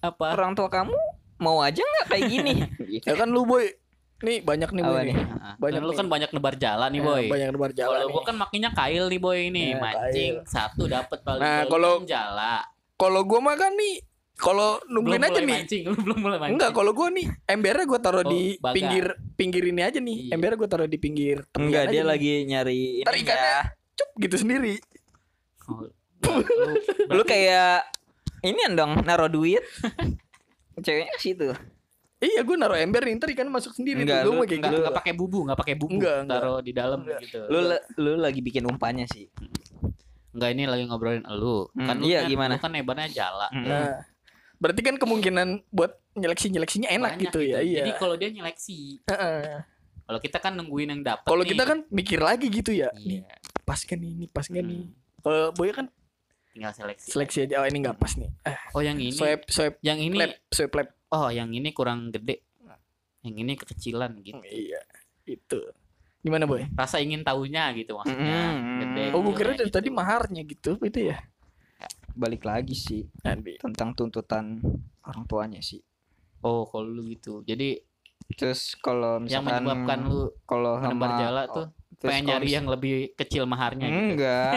Apa? orang tua kamu mau aja nggak kayak gini? Ya kan lu boy. Nih banyak nih boy Apa nih. nih? Nah, Banyak kan lu nih. kan banyak nebar jalan nih Ya, boy. banyak lebar jalan. Kalau nih. gua kan makinnya kail nih boy ini, Ya, mancing kail. satu dapat paling. Nah, Lu kalau- kan jala. Kalau gua mah kan nih kalau nungguin Belum aja mulai nih. mancing, lu belum mulai mancing. Enggak, kalau gua nih embernya gua taruh Oh, di baga. pinggir pinggir ini aja nih. Iya. Embernya gua taruh di pinggir. tepian Enggak, aja dia nih. lagi nyari Ntar ini ikannya ya. cup gitu sendiri. Oh, lu, Lu kayak ini dong naruh duit. Ceweknya ke situ. Iya, gua naruh ember nih, ntar ikan masuk sendiri. Enggak, tuh. Gua lu- mau kayak nggak gitu. nggak pakai bubu, nggak pakai bubu. Enggak, enggak. Taruh di dalam Enggak. gitu. Lu lu lagi bikin umpannya sih. Enggak, ini lagi ngobrolin elu. Hmm, Kan lu iya, kan, gimana? lu kan nebarnya jala. Mm. Nah, berarti kan kemungkinan buat nyeleksi-nyeleksinya enak Banyak gitu ya. Iya. Jadi kalau dia nyeleksi, Heeh. kalau kita kan nungguin yang dapat. Kalau nih. kita kan mikir lagi gitu ya. Nih, iya. pas kan nih, ini pas kan nih. Hmm, Kalau Boy kan tinggal seleksi. seleksi aja. Oh, ini nggak pas nih. Eh, Oh, yang ini. swipe swipe yang ini lab, swipe lab. oh, yang ini kurang gede. Yang ini kekecilan gitu. Hmm, iya. Itu. Gimana, Boy? Rasa ingin tahunya gitu maksudnya. Mm. Gede. Oh, gue kira kecilnya dari gitu. tadi maharnya gitu. Itu ya. Balik lagi sih Nanti. tentang tuntutan orang tuanya sih. Oh, kalau lu gitu. Jadi Terus kalau yang misalkan menyebabkan lu kalau menebar sama jala tuh terus pengen kalau nyari mis- yang lebih kecil maharnya gitu. enggak.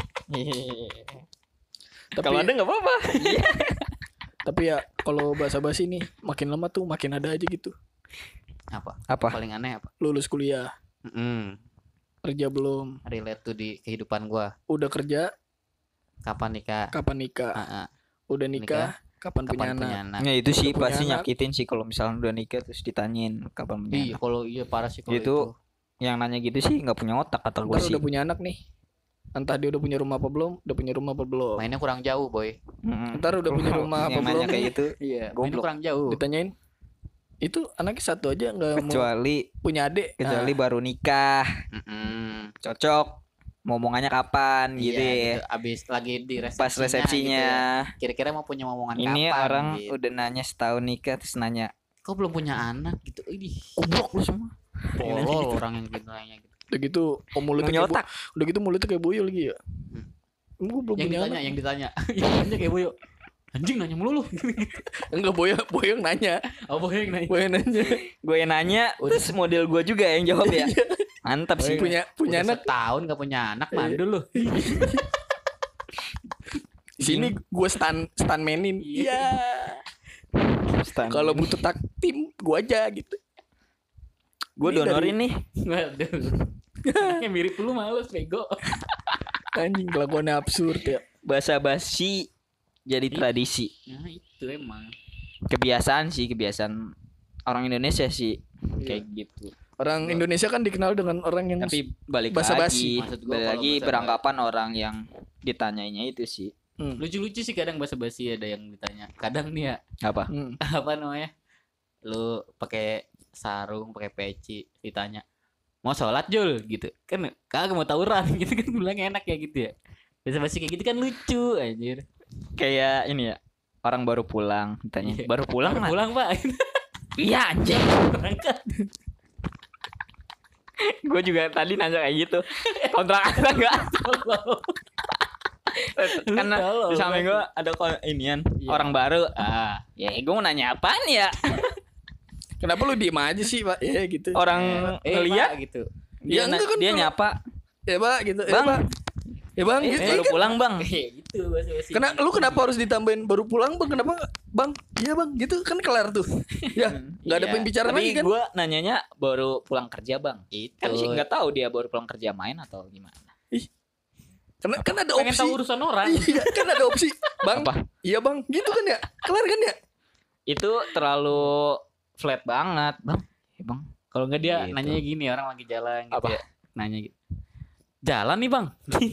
Tapi Kalau ada nggak apa-apa. tapi ya kalau basa-basi nih makin lama tuh makin ada aja gitu. Apa? Apa? Paling aneh apa? Lulus kuliah, Mm-mm. kerja belum, Relate tuh di kehidupan gua. udah kerja, Kapan nikah? kapan nikah, Ah, ah. udah nikah, kapan, punya Kapan anak. punya anak? Ya itu sih Udah punya pasti anak. nyakitin sih kalau misalnya udah nikah terus ditanyain kapan punya Iya, anak. kalau iya parah sih kalau Itu itu. Yang nanya gitu sih nggak punya otak kata gue Ntar sih. udah punya anak nih. Entah dia udah punya rumah apa belum, udah punya rumah apa belum. Mainnya kurang jauh, boy. Mm-mm. Ntar udah punya rumah apa Yang nanya belum kayak nih? gitu Iya, mainnya Goblok. kurang jauh. Ditanyain. Itu anaknya satu aja nggak mau kecuali punya adik. kecuali Nah, baru nikah Mm-mm. cocok mau omongannya kapan gitu Iya, ya. gitu. Abis lagi di resepsinya. Pas resepsinya gitu ya. Kira-kira mau punya omongan ini kapan? orang gitu. udah nanya setahun nikah terus nanya Kok belum punya anak gitu? Ini goblok lu semua. tolol orang yang gitu nanya gitu. udah gitu oh, mulutnya Punya kayak otak. bu- udah gitu mulutnya kayak boyo lagi ya. Hmm. Gue belum Yang punya ditanya, anak. yang ditanya. Yang ditanya kayak boyo. Anjing nanya mulu lu. Enggak boyo, boyo yang nanya. Oh, boyo yang nanya. Boyo yang nanya. Gue yang nanya terus model gue juga yang jawab ya. Mantap sih. punya punya Udah anak. setahun gak punya anak, mandul lu. Di sini gue stan stan mainin. Iya. Stand. Kalau butuh tak tim gue aja gitu. gue ini donorin nih Waduh. Anaknya mirip lu males bego. Anjing kelakuannya absurd ya. basa-basi jadi tradisi. Nah, itu emang. Kebiasaan sih, kebiasaan orang Indonesia sih kayak Iya. gitu. Orang Indonesia kan dikenal dengan orang yang Tapi balik Basa-basi. lagi, Maksud gua balik kalau lagi basa-basi. beranggapan orang yang ditanyainya itu sih. Hmm. Lucu-lucu sih kadang basa-basi ada yang ditanya. Kadang nih ya, Apa? Hmm. apa namanya? Lu pakai sarung, pakai peci, ditanya, "Mau sholat, Jul?" gitu. Kan kagak mau tawuran gitu kan, bilang enak ya gitu ya. Basa-basi kayak gitu kan lucu anjir. Kayak ini ya, orang baru pulang ditanya, Iya. "Baru pulang, Baru Mat?" pulang, Pak. Iya anjing. Berangkat. Gue juga tadi nanya kayak gitu. Kontrak ada enggak? Karena Tolol di samping banget. gue ada ko- inian Iya. orang baru. Ah, ya gue mau nanya apaan ya? Kenapa lu diem aja sih, Pak? Ya gitu. Orang Eh, ngeliat Pak, gitu. dia, Ya, na- enggak kan dia kalau- nyapa, Ya, Pak, gitu. Ya, Bang. Pak. Ya, Bang, Eh, gitu. baru kan. pulang bang. Eh, gitu basa-basi. Kena, lu kenapa harus ditambahin baru pulang, Bang? Kenapa? Bang, iya, Bang. Gitu kan kelar tuh. Ya, enggak ada Iya. pembicaraan Tapi lagi kan? gue nanyanya baru pulang kerja bang. Itu. Kan sih nggak tahu dia baru pulang kerja main atau gimana. Karena kan ada Pengen opsi. tahu urusan orang. Iya, kan ada opsi. Bang, Apa? iya, Bang. Gitu kan ya? Kelar kan ya? Itu terlalu flat banget bang. Ya, bang. Kalau enggak dia Gitu. nanya gini, orang lagi jalan gitu Apa? ya. Nanya gitu. Jalan nih, Bang.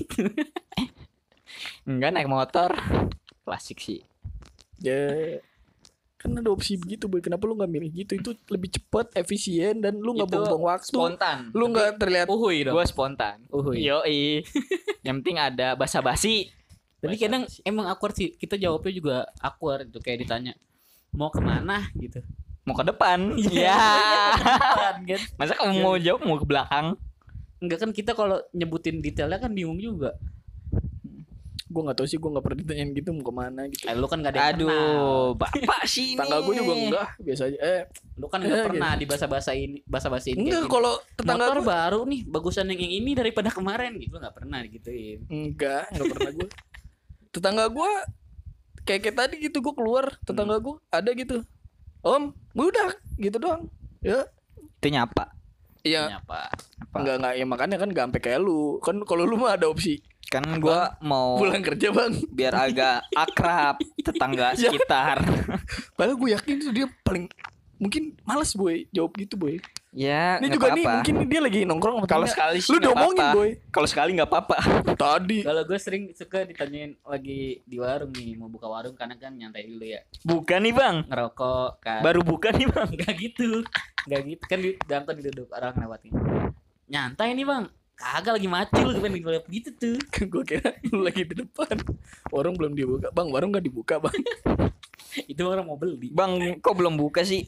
Enggak naik motor. Klasik sih. Ya. Kan ada opsi begitu, Boy. Kenapa lu nggak milih gitu? Itu lebih cepat, efisien, dan lu nggak Itu buang-buang waktu. Spontan. Lu nggak terlihat. Uhuy dong. Gue spontan. Uhuy. Yoi. Yang penting ada basa-basi. Tapi kadang emang awkward sih. Kita jawabnya juga awkward gitu, kayak ditanya mau kemana gitu. Mau ke depan. Iya. Ya. Kan, kan? Masa kamu mau jawab mau ke belakang? Enggak kan kita kalau nyebutin detailnya kan bingung juga. Gue nggak tahu sih, gue nggak pernah ditanyain gitu mau kemana gitu. Eh, lu kan gak ada yang kenal. Aduh, bapak sih ini. Tetangga gue juga enggak, biasa aja. Eh, Lu kan Eh, gak pernah gitu. di bahasa-bahasa ini, bahasa-bahasa ini. enggak kalau tetangga motor gue baru nih bagusan yang ini daripada kemarin gitu. Lu gak pernah gituin. enggak, enggak pernah gue. Tetangga gue kayak kayak tadi gitu, gue keluar, tetangga gue ada gitu. Om, udah gitu doang. Ya, Itu nyapa. iya. Nyapa. Apa? Enggak enggak ya makanya kan enggak sampai kayak lu. Kan kalau lu mah ada opsi Kan gua mau pulang kerja, Bang. biar agak akrab tetangga Ya. sekitar. Padahal gue yakin tuh dia paling mungkin malas boy jawab gitu boy. Ya, Ini nggak juga nih apa-apa. mungkin dia lagi nongkrong sama Kalau temennya. sekali sih lu nggak diomongin apa-apa. boy. Kalau sekali nggak apa-apa. Tadi Kalau gue sering suka ditanyain lagi di warung nih, mau buka warung karena kan nyantai dulu ya. Bukan nih bang. Ngerokok kan. Baru buka nih bang. Enggak gitu. Enggak gitu kan di dangkot diduduk orang lewatin. Nyantai nih, Bang. Kagak lagi macul gue pengen ngeliat gitu tuh. gue kira lu lagi di depan. Warung belum dibuka. Bang, warung enggak dibuka, Bang. Itu orang mau beli. Bang, kok belum buka sih?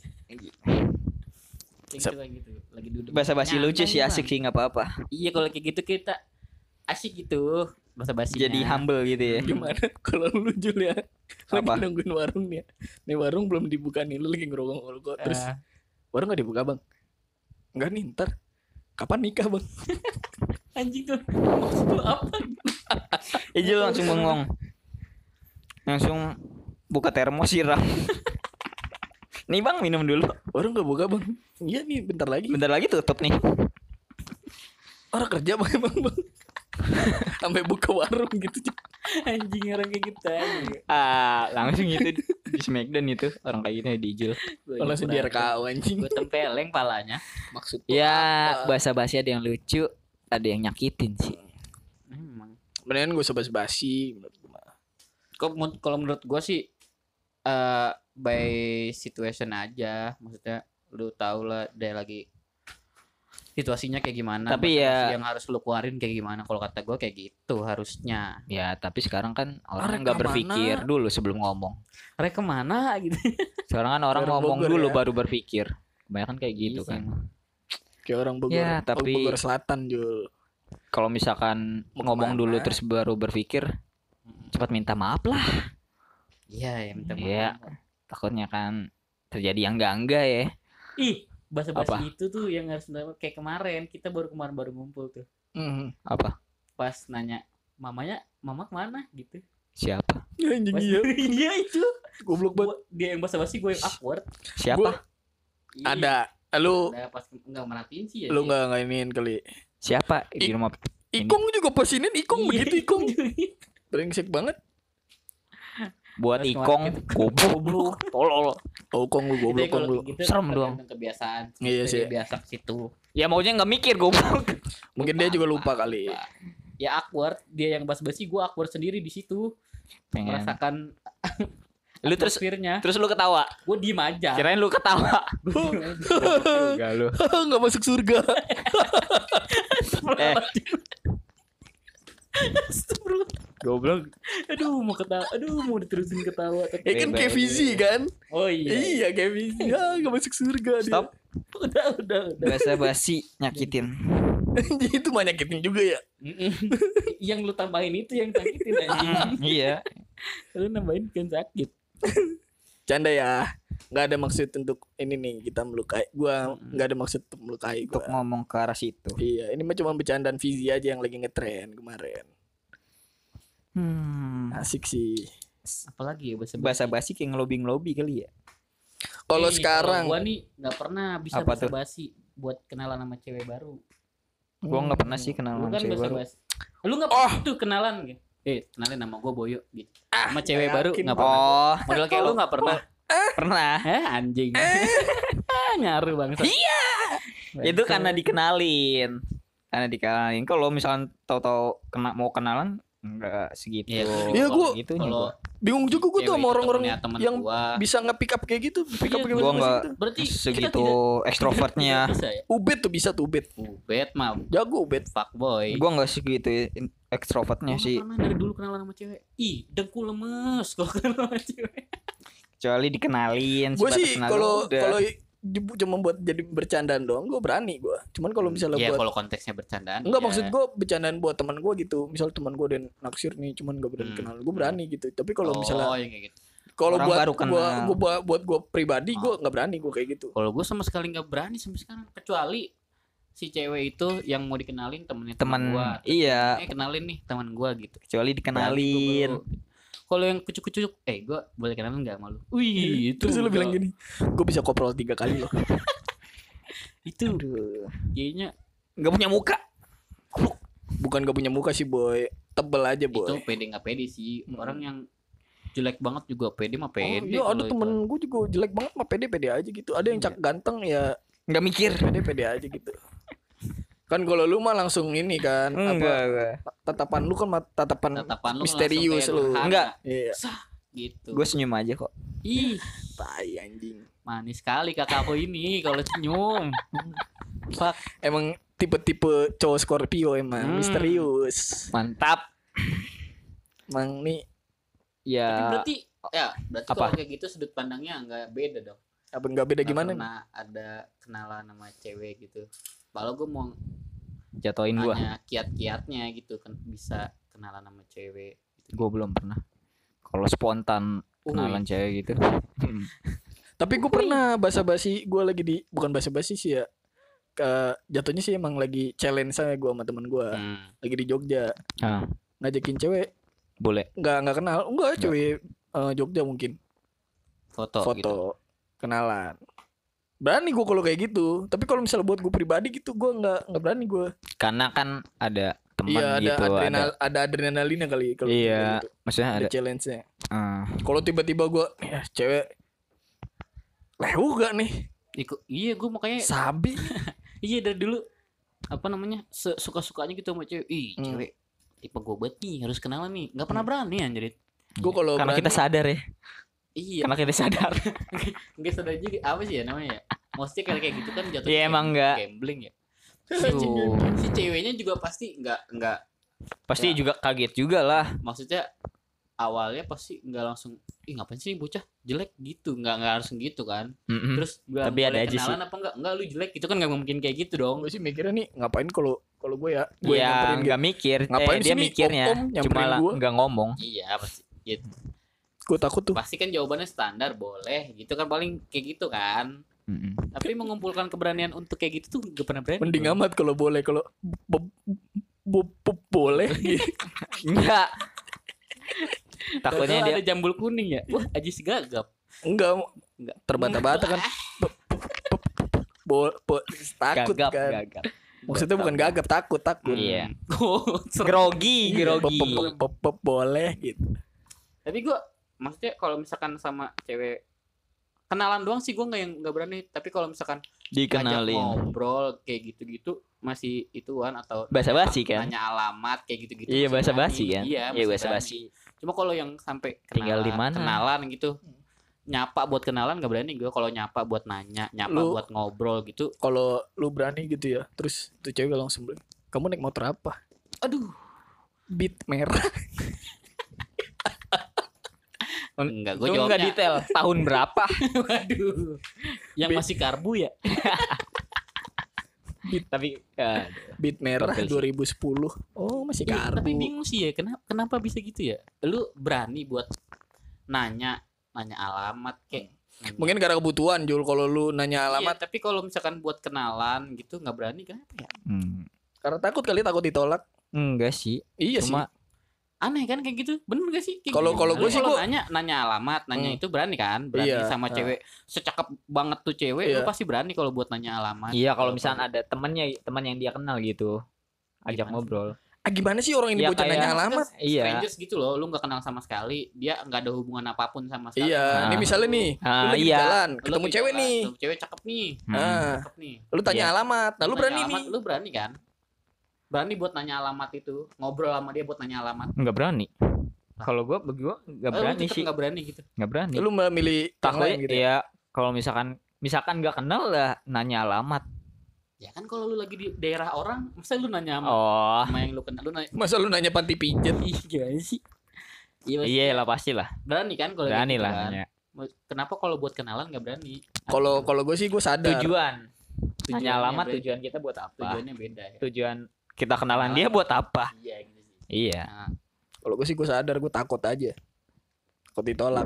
Kayak gitu, kayak gitu. Lagi duduk. Bahasa basi lucu Nyantai sih, nih, asik Bang. sih nggak apa-apa. Iya, kalau kayak gitu kita asik gitu. Bahasa basinya. Jadi humble gitu ya. Gimana kalau lu Jul ya? Lagi Apa? nungguin warung nih. ya. Nih warung belum dibuka nih, lu lagi ngerokok-ngerokok terus Ah. warung enggak dibuka, Bang. Enggak nih, ntar kapan nikah, Bang? Anjing tuh. Maksud lu apa? Ijul langsung bengong. Langsung buka termos siram. Nih bang, minum dulu. Warung enggak buka, Bang. Iya nih, bentar lagi. Bentar lagi tutup nih. Orang kerja Bang, Bang. Bang. Sampai buka warung gitu. Anjing orang kayak gitu aja. Ah, langsung itu di Smackdown itu orang kayak gitu di Ijul. Oh, langsung dia rekau anjing. Gue tempeleng palanya. Maksud Ya, bahasa basi ada yang lucu, ada yang nyakitin sih. Emang. Mendingan gue basa-basi menurut gue mah. Kok men- kalau menurut gue sih eh by situation aja, maksudnya lu tau lah dia lagi situasinya kayak gimana. Tapi ya- basa-basi yang harus lu keluarin kayak gimana. Kalau kata gue kayak gitu harusnya. Ya, tapi sekarang kan orang Arek nggak kemana? berpikir dulu sebelum ngomong. Rek kemana gitu. Sekarang kan orang Orang ngomong Bogor dulu ya. baru berpikir. Kebanyakan kayak gitu Iya, kan. emang. Kayak orang Bogor. Ya, oh, tapi- Bogor Selatan, Jul. Kalau misalkan Mau ngomong kemana? dulu terus baru berpikir, cepat minta maaf lah. Iya, ya minta maaf. Iya. Takutnya kan terjadi yang enggak-enggak ya. Ih, bahasa-basi Apa? itu tuh yang harus minta maaf. Kayak kemarin kita baru kemarin baru ngumpul tuh. Mhm. Apa? Pas nanya mamanya, mama kemana gitu. Siapa? Anjing Pas, iya. iya itu. Goblok banget. Gua- dia yang bahasa-basi, gue yang awkward. Siapa? Gua- Ih, Ada. Lu ada pas enggak merhatiin sih ya. lu dia. enggak ngainin kali. Siapa di Ik- rumah? Ikong juga posinin Ikong Iya, begitu Ikong. gitu. Brengsek banget. Buat Pas Ikong, kemarin kita- goblok, tolol. Oh, Kong lu Kita goblok Kong kalau lu. gitu Serem tergantung doang. kebiasaan. Iya Kita sih. biasa ke situ. Ya maunya nggak mikir goblok. Mungkin dia juga lupa kali. lupa. Ya awkward, dia yang bas-basi, gue awkward sendiri di situ. Pengen. Merasakan Lu terus atmosfernya. terus lu ketawa. Gue diem aja. Kirain lu ketawa. Gua diem aja. Enggak lu. Enggak masuk surga. Eh, Astagfirullah. goblok. Aduh mau ketawa, aduh mau diterusin ketawa. tapi- Ya kan kayak Fizi kan? Oh iya. Iya kayak Fizi. Ya enggak masuk surga dia. Stop. Udah, udah, udah. Bahasa basi nyakitin. Anjing itu mah nyakitin juga ya. Mm-mm. Yang lu tambahin itu yang sakitin aja. Iya. Lu nambahin kan sakit. Canda ya. Nggak ada maksud untuk ini nih kita melukai. Gua nggak ada maksud untuk melukai Untuk gua. ngomong ke arah situ. Iya, ini mah cuma bercandaan Fizi aja yang lagi ngetren kemarin. Hmm. Asik sih. Apalagi ya bahasa Bahasa basi kayak ngelobi-ngelobi kali ya. Kalau sekarang gua nih nggak pernah bisa Apa bahasa tuh? basi buat kenalan sama cewek baru. Gua nggak pernah sih kenal Lu sama kan cewek bahasa baru. basi. Lu nggak Oh. pernah tuh kenalan gitu. Eh, kenalin nama gua Boyo gitu. Sama cewek nggak baru yakin nggak gua. pernah. Oh, Model kayak lu nggak pernah. pernah. Eh, anjing. Ah, nyaru banget. Iya. Itu karena dikenalin. Karena dikenalin. Kalau misalkan tahu-tahu kena mau kenalan enggak segitu. Iya, Iya, gua- gitu kalau bingung juga gue tuh cewek sama orang-orang temennya temen yang gua. bisa nge-pick up kayak gitu. Pick up Iya, kayak gua gitu. nggak berarti kita segitu tidak- ekstrovertnya. tidak bisa ya? Ubed tuh bisa tuh Ubed. Ubed mah Jago Ubed. fuckboy. Gua enggak segitu ekstrovertnya Gua nggak sih. pernah dari dulu kenalan sama cewek. Ih, dengkul lemes kalau kenalan sama cewek. Kecuali dikenalin Gue sebatas sih kenal, kalau udah. kalau j- cuma buat jadi bercandaan doang gue berani gue. Cuman kalau misalnya Iya, buat kalau konteksnya bercandaan. enggak ya. maksud gue bercandaan buat teman gue gitu. Misal teman gue dan naksir nih cuman gak berani Hmm. kenal. Gue berani gitu. Tapi kalau Oh, misalnya yang kayak gitu. kalau Orang buat baru gue kenal. gue buat buat gue pribadi gue Oh. nggak berani gue kayak gitu. Kalau gue sama sekali nggak berani sampai sekarang, kecuali si cewek itu yang mau dikenalin temennya Teman, teman gua. iya. Eh kenalin nih teman gua gitu. Kecuali Berani dikenalin. gua baru. Kalau yang kucuk-kucuk, eh gua boleh kenalan nggak malu? Wih, itu Terus lu udah- bilang gini, gue bisa koprol tiga kali loh. itu Aduh. kayaknya Nggak punya muka. Bukan gak punya muka sih boy, tebel aja itu boy. pede nggak pede sih. Hmm. Orang yang jelek banget juga pede mah Oh, pede. iya ada kalau itu. temen gue juga jelek banget mah pede-pede aja gitu. Ada yang Iya. cak ganteng ya Nggak mikir. pede-pede aja gitu. Kan kalau lu mah langsung ini kan Enggak, apa enggak. tatapan lu kan ma- tatapan, Tatapan lu misterius langsung kayak lu. durhana. Enggak. Iya. Sah, gitu. Gue senyum aja kok. Ih, Tai anjing. manis sekali kakakku ini kalau senyum. Fuck. Emang tipe-tipe cowok Scorpio emang Hmm. misterius. Mantap. Emang nih Tapi Ya. berarti ya berarti Apa? kalau kayak gitu sudut pandangnya nggak beda dong. apa nggak beda Nggak gimana nih? pernah ada kenalan sama cewek gitu. Kalau gue mau Jatoin gue. nanya kiat-kiatnya gitu kan bisa kenalan sama cewek. Gue belum pernah. Kalau spontan kenalan cewek gitu. Tapi gue pernah basa-basi, gue lagi di bukan basa-basi sih ya. Ke jatuhnya sih emang lagi challenge saya gue sama teman gue. Hmm. Lagi di Jogja. Ah, Ngajakin cewek boleh. nggak nggak kenal. Enggak, cewek eh, Jogja mungkin. Foto, Foto, gitu. kenalan. Berani gue kalau kayak gitu. Tapi kalau misalnya buat gue pribadi gitu gue nggak nggak berani gue. Karena kan ada teman Iya ada gitu, adrenal, ada. ada adrenalinnya kali kalau Iya, kayak gitu. maksudnya Ada ada. challenge-nya. Ah, Kalau tiba-tiba gue ya cewek lehu gak nih? Iku- iya gue makanya Sabi. iya dari dulu apa namanya suka sukanya gitu sama cewek. Ih Hmm. cewek tipe gue banget nih harus kenalan nih. Nggak pernah berani anjir. Gue kalau karena berani, kita sadar ya. Iya. Karena kita sadar. Nggak sadar juga apa sih ya namanya ya. Maksudnya kayak kayak gitu kan jatuhnya Iya, emang kayak nggak. gambling ya. Tuh. Si ceweknya juga pasti nggak nggak Pasti Ya. juga kaget juga lah. maksudnya awalnya pasti nggak langsung ih ngapain sih bocah jelek gitu nggak nggak langsung gitu kan Mm-mm. terus gua Tapi ada boleh aja kenalan apa enggak enggak lu jelek gitu kan nggak mungkin kayak gitu dong. gue sih mikirnya nih ngapain kalau kalau gue ya gue yang Iya, nyamperin gitu. nggak mikir. Ngapain eh, sih dia nih mikirnya om-om nyamperin cuma lah gua? nggak ngomong. Iya pasti gitu. Gue takut tuh. Pasti kan jawabannya standar boleh gitu kan paling kayak gitu kan Mm-mm. tapi mengumpulkan keberanian untuk kayak gitu tuh gak pernah berani. Mending bro. amat kalau boleh kalau bo- bo- bo- boleh gitu. Enggak. Takutnya Tahu-tahu dia ada jambul kuning ya wah Ajis gagap Enggak enggak terbata-bata kan. Bo, bo, takut gagap, kan. gagap. Maksudnya bukan gagap, takut, takut. Iya. Oh, serem. Grogi, Bo- grogi. bo- bo- bo- boleh gitu. Tapi gue maksudnya kalau misalkan sama cewek kenalan doang sih gue nggak yang nggak berani. Tapi kalau misalkan ngajak Dikenalin. ngobrol kayak gitu-gitu masih ituan atau Basa-basi kan? nanya alamat kayak gitu-gitu. Iya, masih basa-basi berani. kan? Iya, Iya, masih basa-basi. berani. Cuma kalau yang sampai Tinggal di kenalan- mana? Kenalan gitu. Nyapa buat kenalan gak berani gue. Kalau nyapa buat nanya, nyapa Lu- buat ngobrol gitu. Kalau lu berani gitu ya, terus tuh cewek langsung bilang, "Kamu naik motor apa?" Aduh, Beat merah. enggak gue Itu jawabnya. nggak detail. Tahun berapa? Waduh. Yang Be- masih karbu ya. Tapi ya, Beat merah Gokil sih. dua ribu sepuluh. Oh, masih Iya, karbu. tapi bingung sih ya kenapa kenapa bisa gitu ya? Lu berani buat nanya nanya alamat kayak nanya- Mungkin karena kebutuhan Jul kalau lu nanya Iya, alamat tapi kalau misalkan buat kenalan gitu nggak berani kenapa ya? hmm, karena takut kali takut ditolak. enggak sih. Iya Cuma Aneh kan kayak gitu, bener gak sih? Kayak Kalau- gitu. kalau Lu gue sih kalau gua- nanya nanya alamat, nanya Hmm. itu berani kan? Berani Iya, sama ah. cewek secakep banget tuh cewek, lu Iya. pasti berani kalau buat nanya alamat. iya kalau misalnya ada temannya, teman yang dia kenal gitu, ajak Gimana? ngobrol. Ah gimana sih orang ini Iya, bocah kayak- nanya Kan alamat? Iya. strangers gitu loh, lu nggak kenal sama sekali, dia nggak ada hubungan apapun sama sekali. Iya, Nah. ini misalnya nih, lu Ah, lagi di iya. jalan, Lu ketemu lagi cewek jalan, nih. tuh, cewek cakep nih, Hmm. Ah, cakep nih. lu tanya Iya. alamat. Nah, lu Nanya berani alamat, nih. Lu berani kan? Berani buat nanya alamat itu, ngobrol sama dia buat nanya alamat. Enggak berani. Kalau gua bagi gua enggak Eh, lu berani tetep sih. nggak berani gitu. Enggak berani. Lu malah milih yang Takutnya lain gitu. ya? ya kalau misalkan misalkan enggak kenal lah nanya alamat. Ya kan kalau lu lagi di daerah orang, masa lu nanya sama, Oh, sama yang lu kenal, lu nanya Masa lu nanya panti pijet? Ih, gimana sih? Iya, iya lah pastilah. berani kan kalau kayak Berani gitu lah kan? nanya. Kenapa kalau buat kenalan nggak berani? Kalau kalau gue sih gue sadar. Tujuan. Tanya Tujuannya alamat beda. tujuan kita buat apa? Tujuannya beda ya. Tujuan kita kenalan dia buat apa? Iya gitu sih. Iya. Nah, Kalau gue sih gue sadar, gue takut aja. Takut ditolak.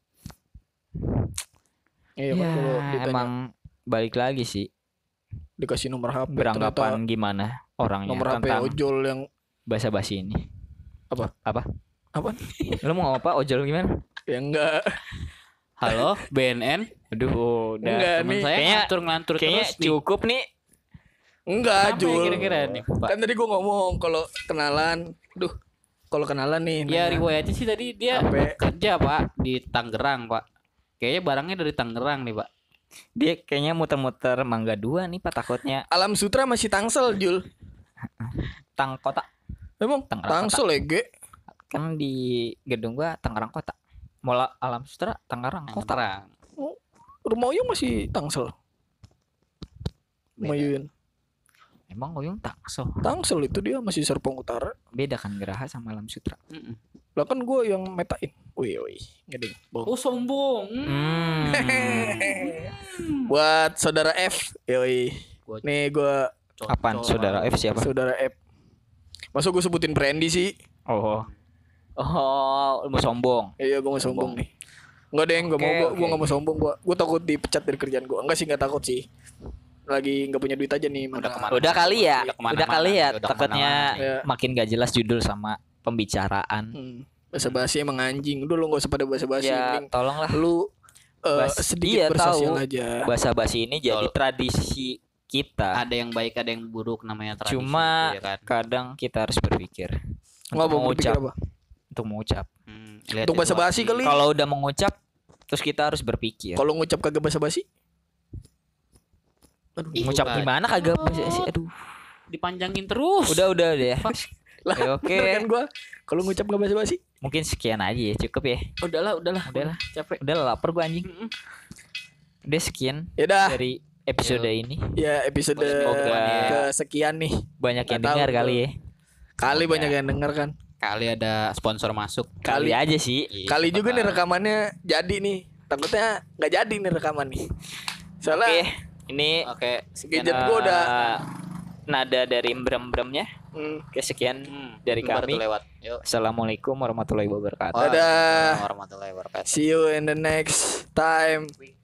Iya kan kalau Ya, ditanya, emang balik lagi sih dikasih nomor H P beranggapan ternyata gimana orangnya nomor H P tentang ojol yang basa-basi ini. Apa? Apa? apa? Lu mau ngomong apa? Ojol gimana? Ya enggak. halo B N N. Aduh, udah. Enggak Teman nih. saya Kayaknya- ngantur-ngantur Kayaknya terus nih. cukup nih. Enggak, Apa ya Jul. kira-kira nih, Pak? Kan tadi gue ngomong kalau kenalan, duh, kalau kenalan nih. Ya nanya, riwayatnya sih tadi dia Sampai- kerja Pak di Tangerang Pak. Kayaknya barangnya dari Tangerang nih Pak. Dia kayaknya muter-muter Mangga Dua nih Pak takutnya. Alam Sutra masih Tangsel, Jul. Tang kota. Emang Tangerang Tangsel ya, Ge? Kan di gedung gua Tangerang Kota. Mola Alam Sutra Tangerang Kota. Tangerang. Rumah Uyung masih Tangsel. Rumah Beda. Yuyun. Emang Oyong Takso. Tangsel itu dia masih Serpong Utara. Beda kan Geraha sama Alam Sutra. Mm-mm. Lah kan gue yang metain. Wih, wih, ngeding. Bohong. Oh sombong. Hmm. Buat saudara F, yoi. Gua Nih gue cocok. Apaan saudara F siapa? saudara F. Masa gue sebutin Brandy sih? Oh. Oh, mau sombong. Iya, gue mau sombong nih. Enggak deh, enggak Oke, mau gue, oke. gue enggak mau sombong gue. Gue takut dipecat dari kerjaan gue. Enggak sih, enggak takut sih. Lagi enggak punya duit aja nih. Udah Mana. kemana? Udah kali ya. Udah kemana-mana, Udah kali ya. udah Takutnya kemana-mana. Ya. makin gak jelas judul sama pembicaraan. Hmm. Basa-basi emang anjing. Udah lu enggak usah pada basa-basi. Ya, Mending tolonglah. lu eh, Bas- sedikit iya, bersosial tahu. aja. Basa-basi ini jadi Tol- tradisi kita. Ada yang baik, ada yang buruk namanya tradisi. Cuma itu, ya kan? kadang kita harus berpikir Enggak untuk mau berpikir mengucap, apa? untuk mengucap. Hmm, lihat Untuk basa-basi situasi. kali. Kalau udah mengucap, terus kita harus berpikir. Kalau ngucap kagak basa-basi? Aduh, Ih, Mengucap bukan. gimana kagak basa-basi? Aduh. Dipanjangin terus. Udah udah udah ya. lah, Oke, oke. bener kan gua kalau ngucap gak basa-basi? Mungkin sekian aja ya, cukup ya. Udahlah, udahlah. Udahlah. Capek. Udah lapar gua anjing. Mm-mm. Udah sekian Ya dah. dari episode ini. Ya episode Semoga kesekian nih. Banyak yang Nggak tahu dengar gua. kali ya. Kali Semoga. banyak yang denger kan. Kali ada sponsor masuk. Kali Kali- aja sih. Iya, Kali siapa juga nih tahu. rekamannya jadi nih. Takutnya nggak jadi nih rekaman nih. Soalnya Oke, ini Oke, sekian. gadget gua udah eh, nada dari brem-bremnya. hmm, Oke, sekian Hmm, dari baru kami. tuh lewat. Yuk. Assalamualaikum warahmatullahi wabarakatuh. Dadah. Warahmatullahi wabarakatuh. see you in the next time.